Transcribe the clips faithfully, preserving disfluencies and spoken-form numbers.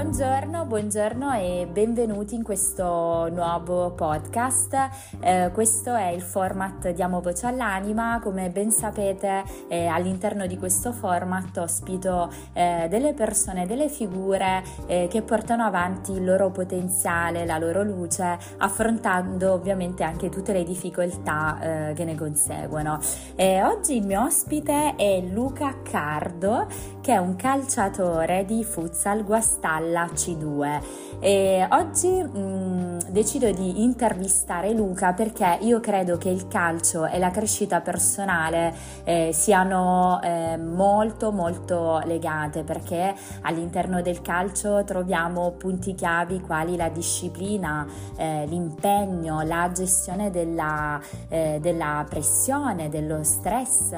buongiorno, buongiorno e benvenuti in questo nuovo podcast. Eh, questo è il format Diamo Voce all'Anima. Come ben sapete, eh, all'interno di questo format ospito eh, delle persone, delle figure eh, che portano avanti il loro potenziale, la loro luce, affrontando ovviamente anche tutte le difficoltà eh, che ne conseguono. Eh, oggi il mio ospite è Luca Cardo, che è un calciatore di futsal Guastalla C due. E oggi mh, decido di intervistare Luca perché io credo che il calcio e la crescita personale eh, siano eh, molto molto legate, perché all'interno del calcio troviamo punti chiavi quali la disciplina, eh, l'impegno, la gestione della, eh, della pressione, dello stress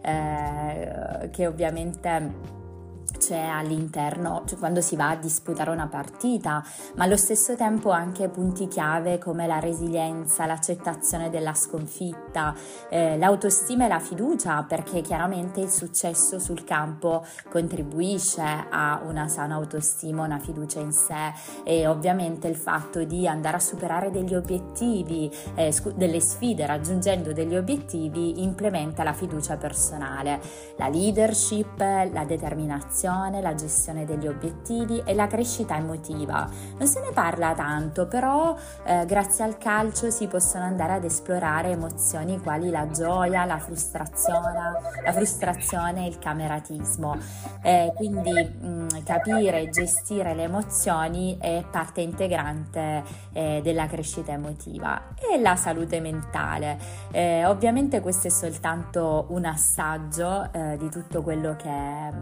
eh, che ovviamente c'è all'interno, cioè quando si va a disputare una partita, ma allo stesso tempo anche punti chiave come la resilienza, l'accettazione della sconfitta, eh, l'autostima e la fiducia, perché chiaramente il successo sul campo contribuisce a una sana autostima, una fiducia in sé, e ovviamente il fatto di andare a superare degli obiettivi, eh, scu- delle sfide, raggiungendo degli obiettivi, implementa la fiducia personale, la leadership, la determinazione, la gestione degli obiettivi e la crescita emotiva. Non se ne parla tanto, però eh, grazie al calcio si possono andare ad esplorare emozioni quali la gioia, la frustrazione, la frustrazione e il cameratismo. Eh, quindi mh, capire e gestire le emozioni è parte integrante eh, della crescita emotiva e la salute mentale. Eh, ovviamente questo è soltanto un assaggio eh, di tutto quello che è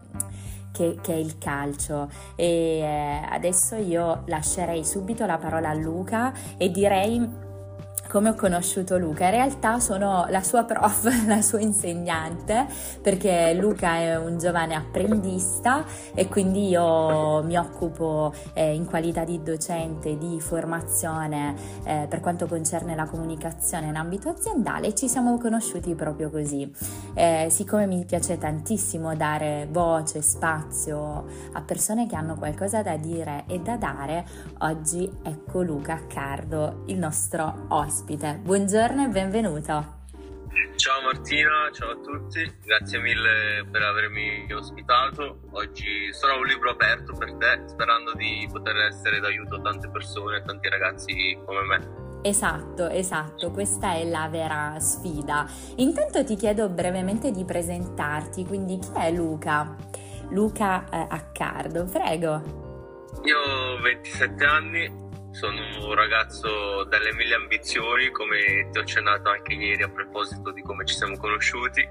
Che, che è il calcio, e eh, adesso io lascerei subito la parola a Luca e direi come ho conosciuto Luca. In realtà sono la sua prof, la sua insegnante, perché Luca è un giovane apprendista e quindi io mi occupo eh, in qualità di docente di formazione eh, per quanto concerne la comunicazione in ambito aziendale, e ci siamo conosciuti proprio così. Eh, siccome mi piace tantissimo dare voce, spazio a persone che hanno qualcosa da dire e da dare, oggi ecco Luca Cardo, il nostro ospite. Buongiorno e benvenuto. Ciao Martina, ciao a tutti, grazie mille per avermi ospitato. Oggi sarà un libro aperto per te, sperando di poter essere d'aiuto a tante persone, a tanti ragazzi come me. Esatto, esatto, questa è la vera sfida. Intanto ti chiedo brevemente di presentarti, quindi chi è Luca? Luca eh, Accardo, prego. Io ho ventisette anni. Sono un ragazzo dalle mille ambizioni, come ti ho accennato anche ieri a proposito di come ci siamo conosciuti,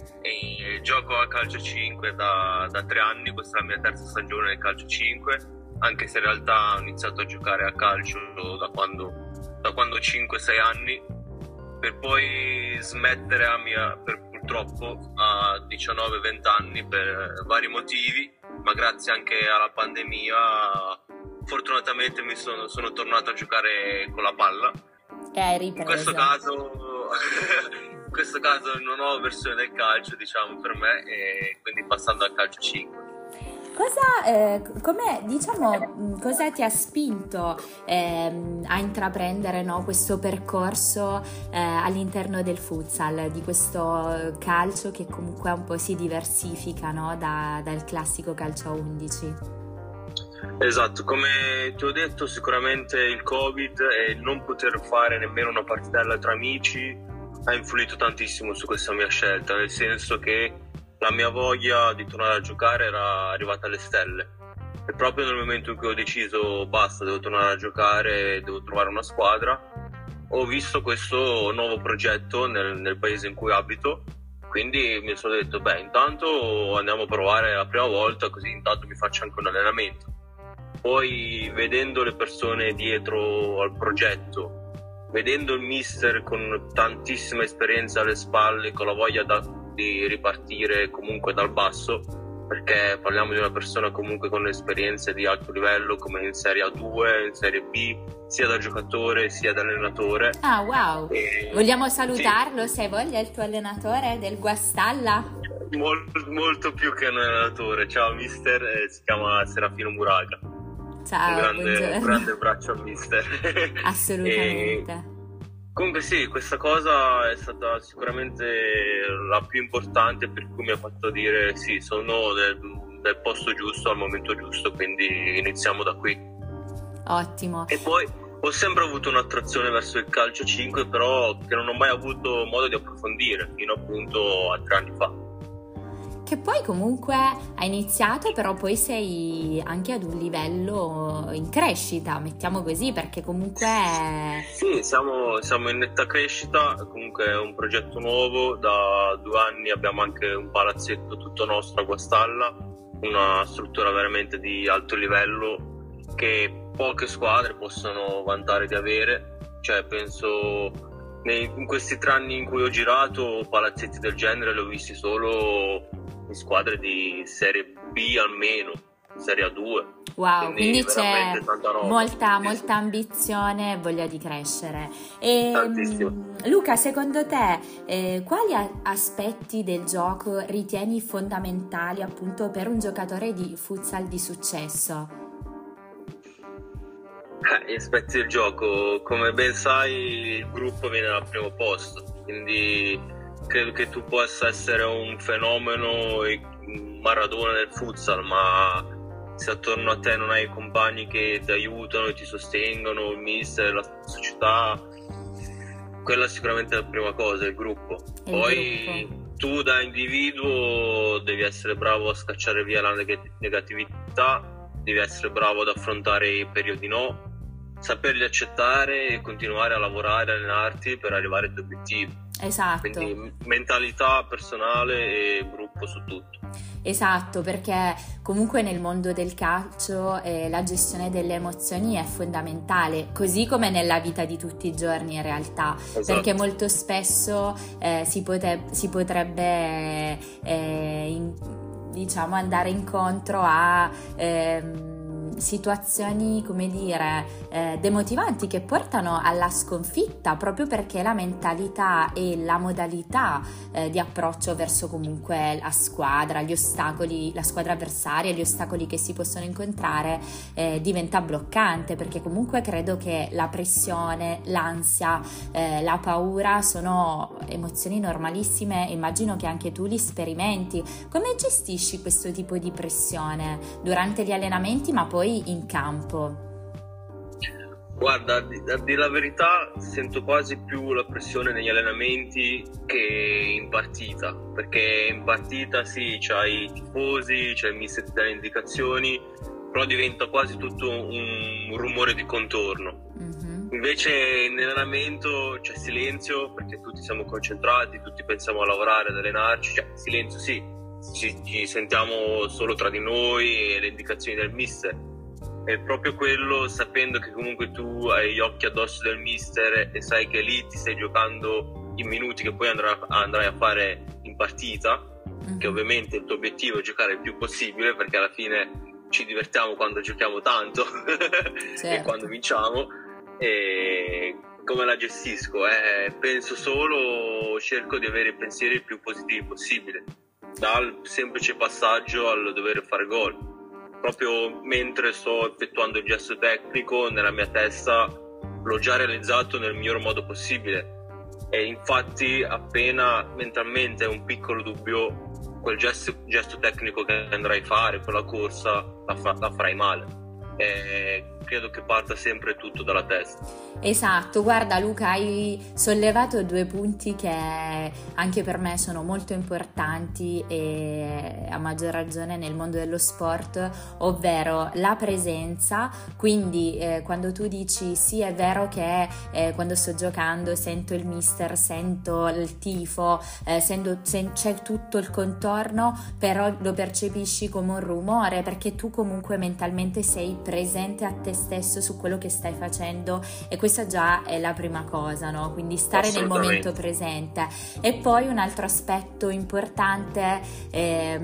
e gioco a calcio cinque da, da tre anni. Questa è la mia terza stagione nel calcio cinque, anche se in realtà ho iniziato a giocare a calcio da quando, da quando ho cinque sei anni, per poi smettere a mia, per, purtroppo a diciannove venti anni per vari motivi, ma grazie anche alla pandemia fortunatamente mi sono, sono tornato a giocare con la palla. E hai ripreso. In questo caso, in questo caso è una nuova versione del calcio, diciamo, per me, e quindi passando al calcio cinque. Cosa, eh, come, diciamo, cosa ti ha spinto eh, a intraprendere, no, questo percorso eh, all'interno del futsal, di questo calcio che comunque un po' si diversifica, no, da, dal classico calcio a undici? Esatto, come ti ho detto, sicuramente il Covid e il non poter fare nemmeno una partitella tra amici ha influito tantissimo su questa mia scelta, nel senso che la mia voglia di tornare a giocare era arrivata alle stelle, e proprio nel momento in cui ho deciso basta, devo tornare a giocare, devo trovare una squadra, ho visto questo nuovo progetto nel, nel paese in cui abito, quindi mi sono detto beh, intanto andiamo a provare la prima volta, così intanto mi faccio anche un allenamento. Poi vedendo le persone dietro al progetto, vedendo il mister con tantissima esperienza alle spalle, con la voglia da, di ripartire comunque dal basso, perché parliamo di una persona comunque con esperienze di alto livello, come in Serie A due, in Serie B, sia da giocatore sia da allenatore. Ah, wow! E, vogliamo salutarlo, sì. Se voglia, il tuo allenatore del Guastalla? Molto, molto più che un allenatore. Ciao mister, eh, si chiama Serafino Muraga. Ciao, un grande, buongiorno. un grande abbraccio al mister. Assolutamente. E, comunque sì, questa cosa è stata sicuramente la più importante, per cui mi ha fatto dire sì, sono nel, nel posto giusto al momento giusto, quindi iniziamo da qui. Ottimo. E poi ho sempre avuto un'attrazione verso il calcio cinque, però che non ho mai avuto modo di approfondire fino appunto a tre anni fa. Che poi comunque hai iniziato, però poi sei anche ad un livello in crescita, mettiamo così, perché comunque... Sì, siamo, siamo in netta crescita, comunque è un progetto nuovo, da due anni abbiamo anche un palazzetto tutto nostro a Guastalla, una struttura veramente di alto livello che poche squadre possono vantare di avere, cioè penso nei, in questi tre anni in cui ho girato palazzetti del genere li ho visti solo in squadre di Serie B almeno, Serie A due. Wow, quindi, quindi c'è molta, sì, molta ambizione e voglia di crescere. E, tantissimo. Luca, secondo te eh, quali aspetti del gioco ritieni fondamentali appunto per un giocatore di futsal di successo? Eh, gli aspetti del gioco, come ben sai, il gruppo viene al primo posto, quindi credo che tu possa essere un fenomeno, Maradona del futsal, ma se attorno a te non hai compagni che ti aiutano e ti sostengono, il mister, la società, quella sicuramente è la prima cosa, il gruppo. Il Poi gruppo. Tu da individuo devi essere bravo a scacciare via la negatività, devi essere bravo ad affrontare i periodi no, saperli accettare e continuare a lavorare, allenarti per arrivare ai tuoi obiettivi. Esatto. Quindi mentalità personale e gruppo su tutto. Esatto, perché comunque nel mondo del calcio eh, la gestione delle emozioni è fondamentale, così come nella vita di tutti i giorni in realtà, esatto. Perché molto spesso eh, si, pote- si potrebbe eh, in, diciamo andare incontro a ehm, situazioni, come dire, eh, demotivanti che portano alla sconfitta, proprio perché la mentalità e la modalità eh, di approccio verso comunque la squadra, gli ostacoli, la squadra avversaria, gli ostacoli che si possono incontrare eh, diventa bloccante, perché comunque credo che la pressione, l'ansia, eh, la paura sono emozioni normalissime. Immagino che anche tu li sperimenti. Come gestisci questo tipo di pressione durante gli allenamenti, ma poi in campo? Guarda, a dire la verità, sento quasi più la pressione negli allenamenti che in partita, perché in partita sì, c'hai i tifosi, c'è il mister che dà le indicazioni, però diventa quasi tutto un rumore di contorno. Mm-hmm. Invece in allenamento c'è silenzio, perché tutti siamo concentrati, tutti pensiamo a lavorare, ad allenarci, cioè silenzio sì, ci, ci sentiamo solo tra di noi e le indicazioni del mister. È proprio quello, sapendo che comunque tu hai gli occhi addosso del mister e sai che lì ti stai giocando i minuti che poi andrai, andrai a fare in partita, mm-hmm. Che ovviamente il tuo obiettivo è giocare il più possibile, perché alla fine ci divertiamo quando giochiamo tanto, certo. E quando vinciamo. E come la gestisco? Eh, penso solo, cerco di avere i pensieri il più positivi possibile, dal semplice passaggio al dover fare gol. Proprio mentre sto effettuando il gesto tecnico, nella mia testa l'ho già realizzato nel miglior modo possibile, e infatti appena mentalmente un piccolo dubbio, quel gesto, gesto tecnico che andrai a fare, quella corsa, la, fa, la farai male. E credo che parta sempre tutto dalla testa. Esatto, guarda Luca, hai sollevato due punti che anche per me sono molto importanti e a maggior ragione nel mondo dello sport, ovvero la presenza. Quindi eh, quando tu dici sì, è vero che eh, quando sto giocando sento il mister, sento il tifo, eh, sento, sen- c'è tutto il contorno, però lo percepisci come un rumore, perché tu comunque mentalmente sei presente a te stesso su quello che stai facendo, e questa già è la prima cosa, no? Quindi stare nel momento presente. E poi un altro aspetto importante ehm,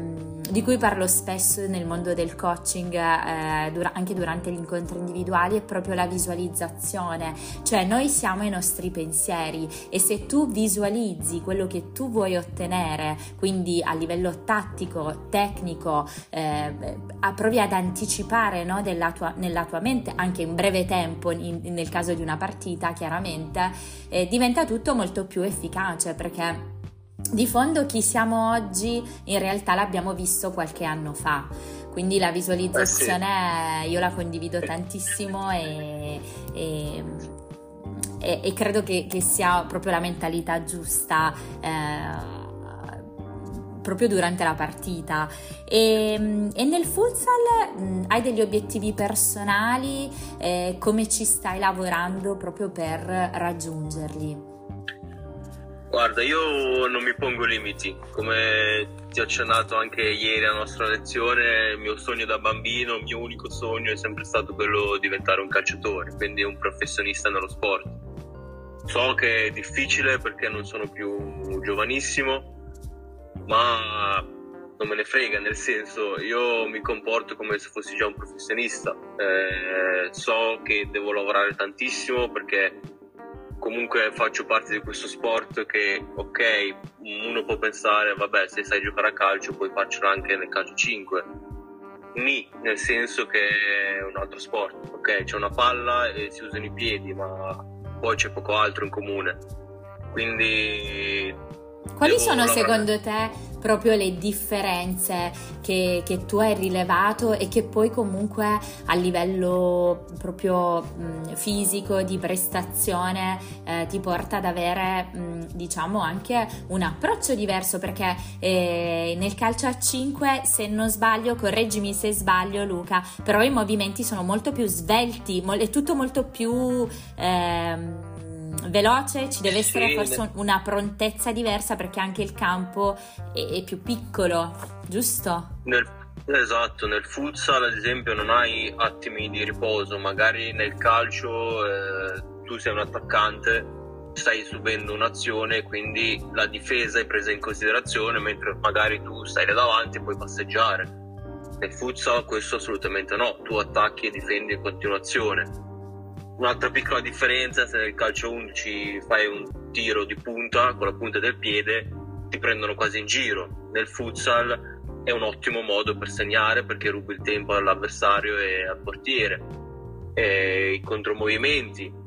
di cui parlo spesso nel mondo del coaching, eh, dura- anche durante gli incontri individuali, è proprio la visualizzazione. Cioè noi siamo i nostri pensieri, e se tu visualizzi quello che tu vuoi ottenere, quindi a livello tattico, tecnico, eh, provi ad anticipare, no, della tua, nella tua mente, anche in breve tempo, in, nel caso di una partita chiaramente, eh, diventa tutto molto più efficace, perché di fondo chi siamo oggi in realtà l'abbiamo visto qualche anno fa, quindi la visualizzazione eh sì. io la condivido tantissimo e, e, e, e credo che, che sia proprio la mentalità giusta eh, proprio durante la partita. E, e nel futsal mh, hai degli obiettivi personali? Eh, come ci stai lavorando proprio per raggiungerli? Guarda, io non mi pongo limiti, come ti ho accennato anche ieri alla nostra lezione. Il mio sogno da bambino, il mio unico sogno è sempre stato quello di diventare un calciatore, quindi un professionista nello sport. So che è difficile perché non sono più giovanissimo, ma non me ne frega, nel senso, io mi comporto come se fossi già un professionista. Eh, so che devo lavorare tantissimo perché comunque faccio parte di questo sport che, ok, uno può pensare, vabbè, se sai giocare a calcio puoi farcelo anche nel calcio cinque. Nì, nel senso che è un altro sport, ok? C'è una palla e si usano i piedi, ma poi c'è poco altro in comune. Quindi quali sono lavorare. Secondo te proprio le differenze che, che tu hai rilevato e che poi comunque a livello proprio mh, fisico, di prestazione, eh, ti porta ad avere mh, diciamo anche un approccio diverso? Perché eh, nel calcio a cinque, se non sbaglio, correggimi se sbaglio Luca, però i movimenti sono molto più svelti, mo- è tutto molto più ehm, veloce, ci deve essere sì, forse una prontezza diversa perché anche il campo è, è più piccolo, giusto? Nel, esatto, nel futsal ad esempio non hai attimi di riposo, magari nel calcio eh, tu sei un attaccante, stai subendo un'azione, quindi la difesa è presa in considerazione, mentre magari tu stai là davanti e puoi passeggiare. Nel futsal questo assolutamente no, tu attacchi e difendi in continuazione. Un'altra piccola differenza: se nel calcio undici fai un tiro di punta con la punta del piede ti prendono quasi in giro. Nel futsal è un ottimo modo per segnare perché rubi il tempo all'avversario e al portiere, e i contromovimenti.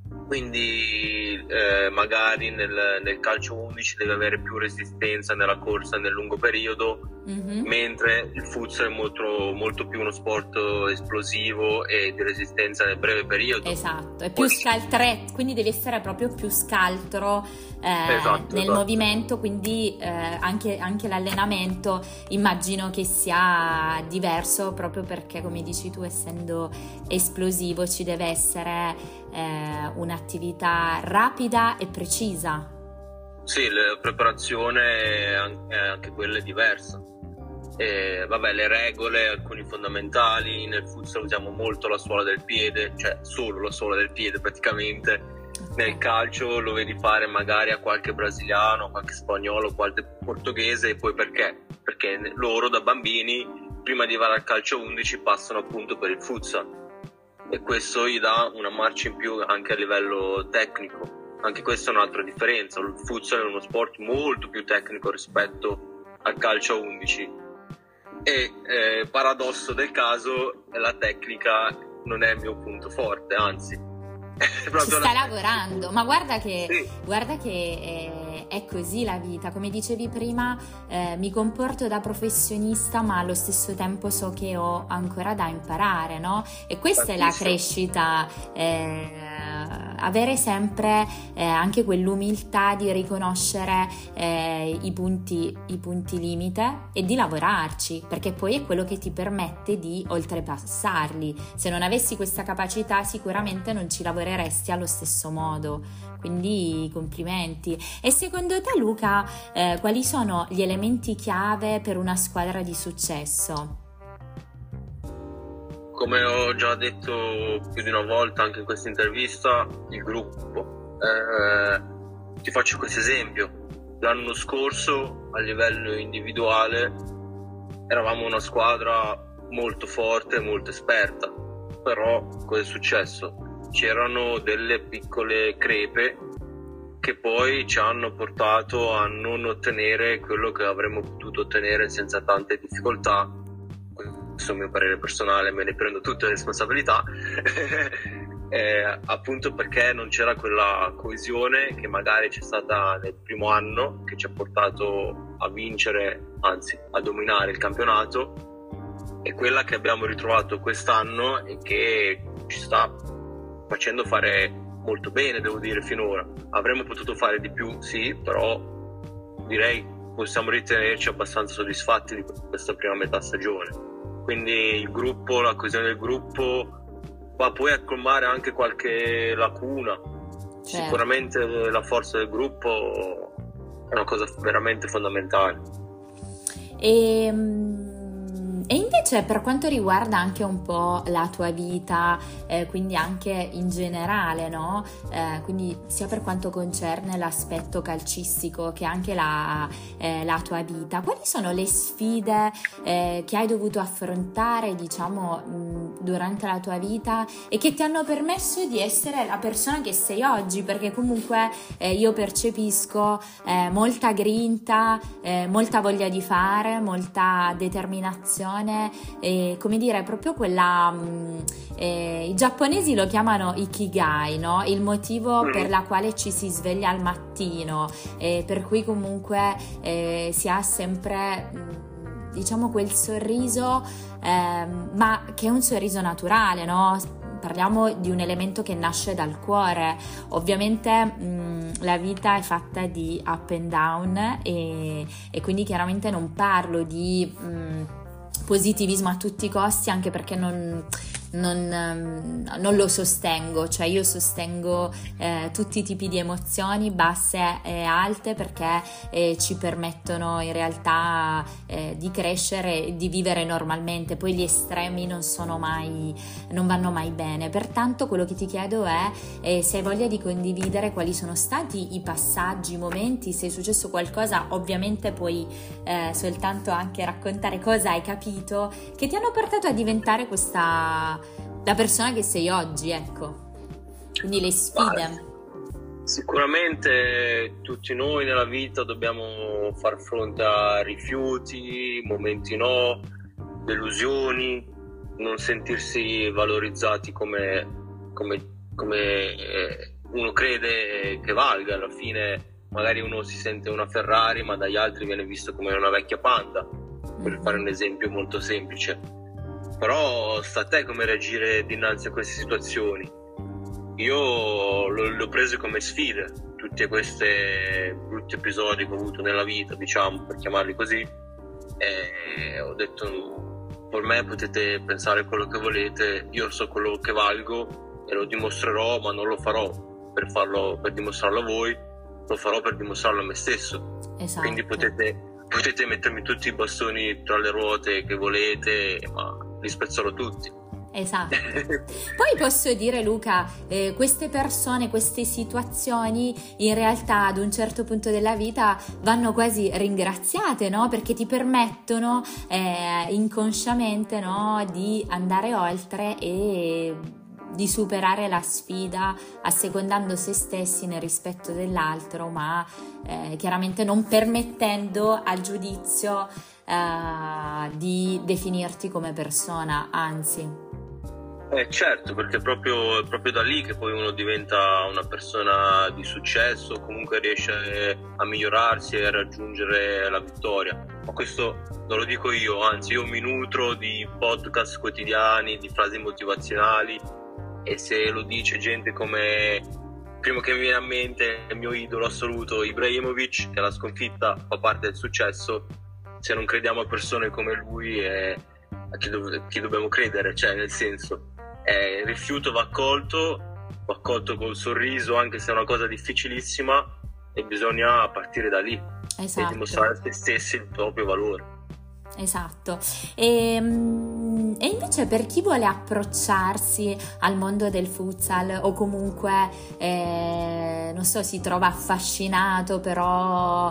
Quindi eh, magari nel, nel calcio undici devi avere più resistenza nella corsa nel lungo periodo, mm-hmm. mentre il futsal è molto, molto più uno sport esplosivo e di resistenza nel breve periodo. Esatto, è più Poi... scaltretto, quindi devi essere proprio più scaltro eh, esatto, nel esatto. movimento, quindi eh, anche, anche l'allenamento immagino che sia diverso, proprio perché, come dici tu, essendo esplosivo ci deve essere eh, un'attività rapida e precisa. Sì, la preparazione è anche quella è diversa. E, vabbè, le regole, alcuni fondamentali. Nel futsal usiamo molto la suola del piede, cioè solo la suola del piede praticamente. Nel calcio lo vedi fare magari a qualche brasiliano, qualche spagnolo, qualche portoghese. E poi perché? Perché loro da bambini, prima di arrivare al calcio undici, passano appunto per il futsal, e questo gli dà una marcia in più anche a livello tecnico. Anche questa è un'altra differenza: il futsal è uno sport molto più tecnico rispetto al calcio a undici, e eh, paradosso del caso, la tecnica non è il mio punto forte, anzi ci sta lavorando, ma guarda che, sì. guarda che è, è così la vita, come dicevi prima, eh, mi comporto da professionista ma allo stesso tempo so che ho ancora da imparare, no? E questa Tantissimo. È la crescita, eh, avere sempre eh, anche quell'umiltà di riconoscere eh, i punti, i punti limite e di lavorarci, perché poi è quello che ti permette di oltrepassarli. Se non avessi questa capacità sicuramente non ci lavoreresti allo stesso modo, quindi complimenti. E secondo te Luca, eh, quali sono gli elementi chiave per una squadra di successo? Come ho già detto più di una volta anche in questa intervista, il gruppo. Eh, ti faccio questo esempio: l'anno scorso a livello individuale eravamo una squadra molto forte, molto esperta, però cosa è successo? C'erano delle piccole crepe che poi ci hanno portato a non ottenere quello che avremmo potuto ottenere senza tante difficoltà. Questo è il mio parere personale, me ne prendo tutte le responsabilità. eh, appunto perché non c'era quella coesione che magari c'è stata nel primo anno, che ci ha portato a vincere, anzi a dominare il campionato, e quella che abbiamo ritrovato quest'anno e che ci sta facendo fare molto bene, devo dire, finora. Avremmo potuto fare di più, sì, però direi possiamo ritenerci abbastanza soddisfatti di questa prima metà stagione. Quindi il gruppo, la coesione del gruppo va poi a colmare anche qualche lacuna. Certo. Sicuramente la forza del gruppo è una cosa veramente fondamentale. E, e invece per quanto riguarda anche un po' la tua vita, eh, quindi anche in generale, no? Eh, quindi sia per quanto concerne l'aspetto calcistico che anche la, eh, la tua vita, quali sono le sfide eh, che hai dovuto affrontare, diciamo, mh, durante la tua vita e che ti hanno permesso di essere la persona che sei oggi? Perché comunque eh, io percepisco eh, molta grinta, eh, molta voglia di fare, molta determinazione, e come dire proprio quella mh, eh, i giapponesi lo chiamano ikigai, no? Il motivo mm. per la quale ci si sveglia al mattino, eh, per cui comunque eh, si ha sempre mh, diciamo quel sorriso, eh, ma che è un sorriso naturale, no? Parliamo di un elemento che nasce dal cuore. Ovviamente mh, la vita è fatta di up and down e, e quindi chiaramente non parlo di mh, positivismo a tutti i costi, anche perché non, non, non lo sostengo, cioè io sostengo eh, tutti i tipi di emozioni, basse e alte, perché eh, ci permettono in realtà eh, di crescere e di vivere normalmente. Poi gli estremi non sono mai, non vanno mai bene. Pertanto quello che ti chiedo è eh, se hai voglia di condividere quali sono stati i passaggi, i momenti, se è successo qualcosa, ovviamente puoi eh, soltanto anche raccontare cosa hai capito che ti hanno portato a diventare questa la persona che sei oggi, ecco. Quindi le sfide. Ma, sicuramente tutti noi nella vita dobbiamo far fronte a rifiuti, momenti no, delusioni, non sentirsi valorizzati come, come, come uno crede che valga. Alla fine magari uno si sente una Ferrari, ma dagli altri viene visto come una vecchia Panda, per fare un esempio molto semplice. Però sta a te come reagire dinanzi a queste situazioni. Io le ho prese come sfide, tutti questi brutti episodi che ho avuto nella vita, diciamo, per chiamarli così, e ho detto: per me potete pensare quello che volete, io so quello che valgo e lo dimostrerò, ma non lo farò per farlo, per dimostrarlo a voi, lo farò per dimostrarlo a me stesso. Esatto. Quindi potete Potete mettermi tutti i bastoni tra le ruote che volete, ma li spezzerò tutti. Esatto. Poi posso dire, Luca, eh, queste persone, queste situazioni in realtà ad un certo punto della vita vanno quasi ringraziate, no? Perché ti permettono eh, inconsciamente, no, di andare oltre e di superare la sfida assecondando se stessi nel rispetto dell'altro, ma eh, chiaramente non permettendo al giudizio eh, di definirti come persona, anzi. Eh certo, perché è proprio, è proprio da lì che poi uno diventa una persona di successo, comunque riesce a migliorarsi e a raggiungere la vittoria. Ma questo non lo dico io, anzi io mi nutro di podcast quotidiani, di frasi motivazionali, e se lo dice gente come, primo che mi viene a mente, il mio idolo assoluto Ibrahimovic, che la sconfitta fa parte del successo, se non crediamo a persone come lui, eh, a chi, dov- chi dobbiamo credere? Cioè, nel senso, eh, il rifiuto va accolto, va accolto col sorriso, anche se è una cosa difficilissima, e bisogna partire da lì. Esatto. E dimostrare a se stessi il proprio valore. Esatto. E, e invece per chi vuole approcciarsi al mondo del futsal o comunque eh, non so, si trova affascinato, però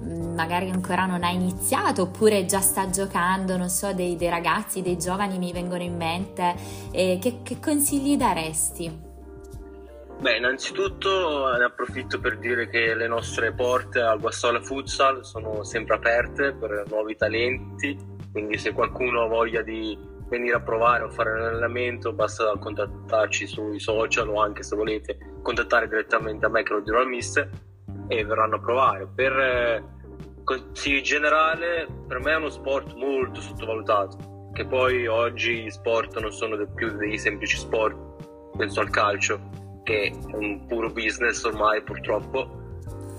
magari ancora non ha iniziato oppure già sta giocando, non so, dei, dei ragazzi, dei giovani mi vengono in mente, eh, che, che consigli daresti? Beh, innanzitutto ne approfitto per dire che le nostre porte al Guastola Futsal sono sempre aperte per nuovi talenti, quindi se qualcuno ha voglia di venire a provare o fare un allenamento basta contattarci sui social o anche se volete contattare direttamente a me che lo dirò al mister e verranno a provare. Per eh, consigli generale, per me è uno sport molto sottovalutato, che poi oggi gli sport non sono più dei semplici sport, penso al calcio che è un puro business ormai purtroppo,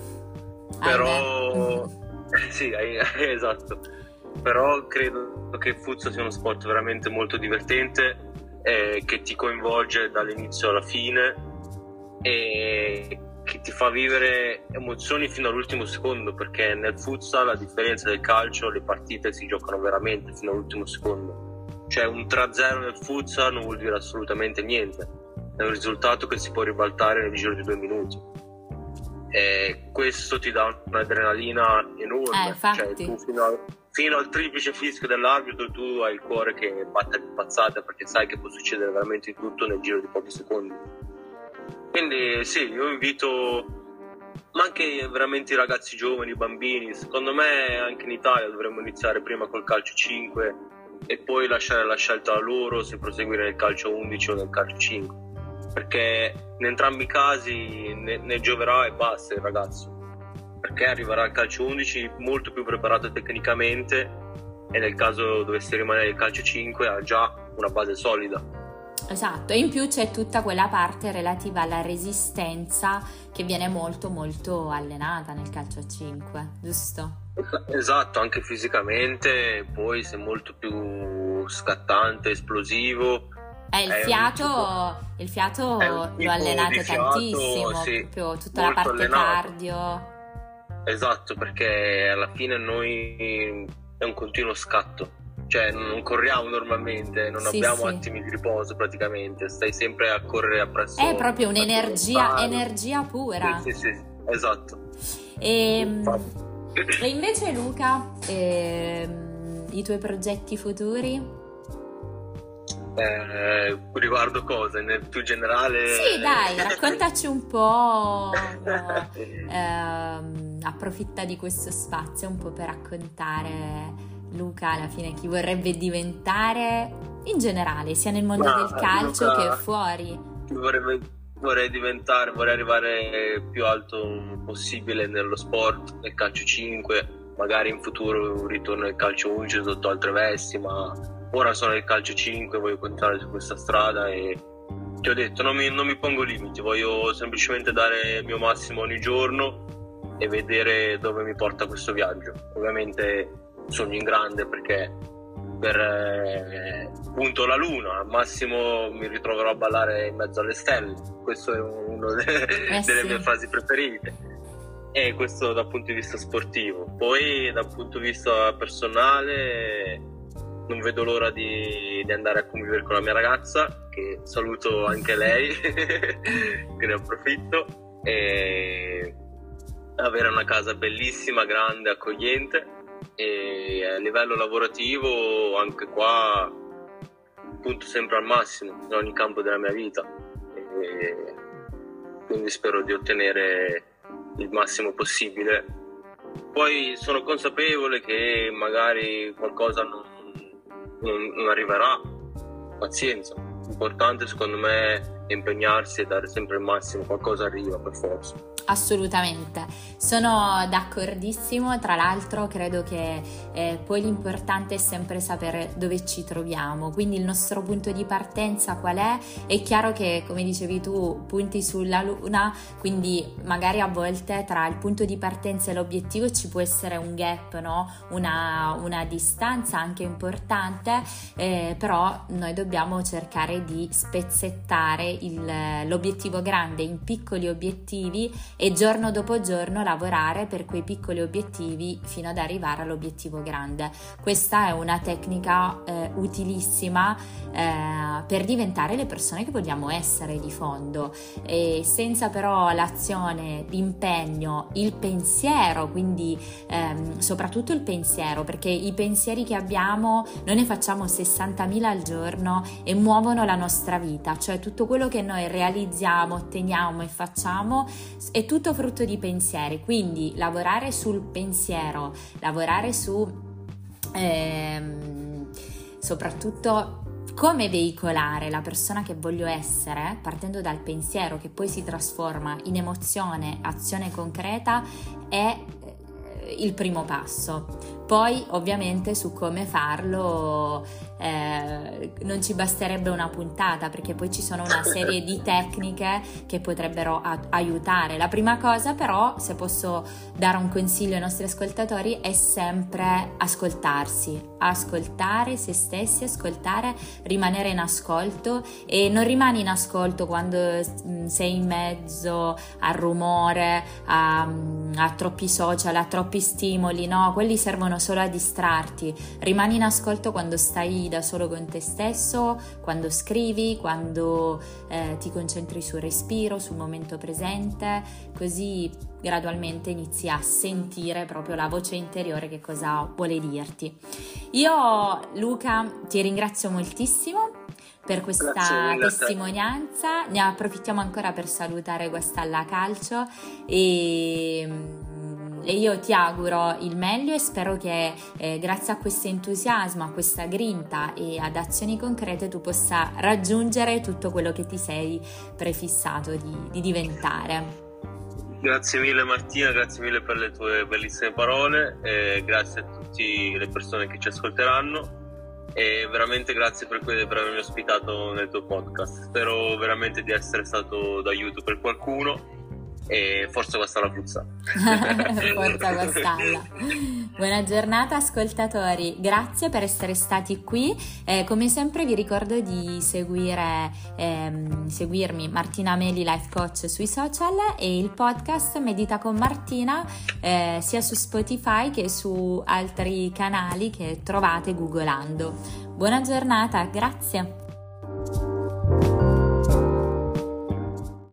però sì, esatto, però credo che il futsal sia uno sport veramente molto divertente, eh, che ti coinvolge dall'inizio alla fine e che ti fa vivere emozioni fino all'ultimo secondo, perché nel futsal, a differenza del calcio, le partite si giocano veramente fino all'ultimo secondo, cioè un tre a zero nel futsal non vuol dire assolutamente niente, è un risultato che si può ribaltare nel giro di due minuti e questo ti dà un'adrenalina enorme, eh, cioè tu fino, a, fino al triplice fischio dell'arbitro tu hai il cuore che batte di pazzata perché sai che può succedere veramente di tutto nel giro di pochi secondi. Quindi sì, io invito, ma anche veramente i ragazzi giovani, i bambini, secondo me anche in Italia dovremmo iniziare prima col calcio cinque e poi lasciare la scelta a loro se proseguire nel calcio undici o nel calcio cinque, perché in entrambi i casi ne, ne gioverà e basta il ragazzo, perché arriverà al calcio undici molto più preparato tecnicamente e nel caso dovesse rimanere il calcio cinque ha già una base solida. Esatto, e in più c'è tutta quella parte relativa alla resistenza che viene molto molto allenata nel calcio a cinque, giusto? Esatto, anche fisicamente poi sei molto più scattante, esplosivo. Eh, il, fiato, tipo, il fiato l'ho allenato fiato, tantissimo, sì, proprio tutta la parte allenato. Cardio. Esatto, perché alla fine noi è un continuo scatto, cioè non corriamo normalmente, non sì, abbiamo sì. attimi di riposo praticamente, stai sempre a correre appresso. È proprio un'energia energia pura. Sì, sì, sì, esatto. E, e invece Luca, ehm, i tuoi progetti futuri? Eh, riguardo cosa? Nel più generale? Sì, dai, raccontaci un po', ehm, approfitta di questo spazio un po' per raccontare Luca alla fine chi vorrebbe diventare in generale, sia nel mondo Ma, del calcio Luca, che fuori. Vorrei, vorrei diventare, vorrei arrivare più alto possibile nello sport, nel calcio cinque, magari in futuro un ritorno al calcio undici sotto altre vesti, ma ora sono nel calcio cinque, voglio continuare su questa strada e ti ho detto non mi, non mi pongo limiti, voglio semplicemente dare il mio massimo ogni giorno e vedere dove mi porta questo viaggio. Ovviamente sogno in grande perché per eh, punto la luna, al massimo mi ritroverò a ballare in mezzo alle stelle, questo è una de- eh delle sì. mie frasi preferite, e questo dal punto di vista sportivo. Poi dal punto di vista personale non vedo l'ora di, di andare a convivere con la mia ragazza, che saluto anche lei che ne approfitto, e avere una casa bellissima, grande, accogliente. E a livello lavorativo anche qua punto sempre al massimo in ogni campo della mia vita e quindi spero di ottenere il massimo possibile. Poi sono consapevole che magari qualcosa non, non, non arriverà, pazienza, l'importante secondo me è impegnarsi e dare sempre il massimo, qualcosa arriva per forza. Assolutamente, sono d'accordissimo. Tra l'altro credo che eh, poi l'importante è sempre sapere dove ci troviamo, quindi il nostro punto di partenza qual è. È chiaro che, come dicevi tu, punti sulla luna, quindi magari a volte tra il punto di partenza e l'obiettivo ci può essere un gap, no? una, una distanza anche importante, eh, però noi dobbiamo cercare di spezzettare il, l'obiettivo grande in piccoli obiettivi e giorno dopo giorno lavorare per quei piccoli obiettivi fino ad arrivare all'obiettivo grande. Questa è una tecnica eh, utilissima eh, per diventare le persone che vogliamo essere di fondo, e senza però l'azione, l'impegno, il pensiero, quindi ehm, soprattutto il pensiero, perché i pensieri che abbiamo noi ne facciamo sessantamila al giorno e muovono la nostra vita, cioè tutto quello che noi realizziamo, otteniamo e facciamo è tutto frutto di pensieri. Quindi lavorare sul pensiero, lavorare su ehm, soprattutto come veicolare la persona che voglio essere, partendo dal pensiero che poi si trasforma in emozione, azione concreta, è il primo passo. Poi ovviamente su come farlo eh, non ci basterebbe una puntata, perché poi ci sono una serie di tecniche che potrebbero a- aiutare. La prima cosa però, se posso dare un consiglio ai nostri ascoltatori, è sempre ascoltarsi, ascoltare se stessi, ascoltare, rimanere in ascolto. E non rimani in ascolto quando mh, sei in mezzo al rumore, a, a troppi social, a troppi stimoli, no? Quelli servono solo a distrarti. Rimani in ascolto quando stai da solo con te stesso, quando scrivi, quando eh, ti concentri sul respiro, sul momento presente, così gradualmente inizi a sentire proprio la voce interiore che cosa vuole dirti. Io, Luca, ti ringrazio moltissimo per questa testimonianza. Ne approfittiamo ancora per salutare questa alla calcio e E io ti auguro il meglio e spero che eh, grazie a questo entusiasmo, a questa grinta e ad azioni concrete tu possa raggiungere tutto quello che ti sei prefissato di, di diventare. Grazie mille Martina, grazie mille per le tue bellissime parole, e grazie a tutte le persone che ci ascolteranno e veramente grazie per, que- per avermi ospitato nel tuo podcast. Spero veramente di essere stato d'aiuto per qualcuno. E forza questa la puzza. Forza quest'alla. Buona giornata ascoltatori, grazie per essere stati qui. Eh, come sempre vi ricordo di seguire ehm, seguirmi Martina Meli Life Coach sui social e il podcast Medita con Martina eh, sia su Spotify che su altri canali che trovate googolando. Buona giornata, grazie.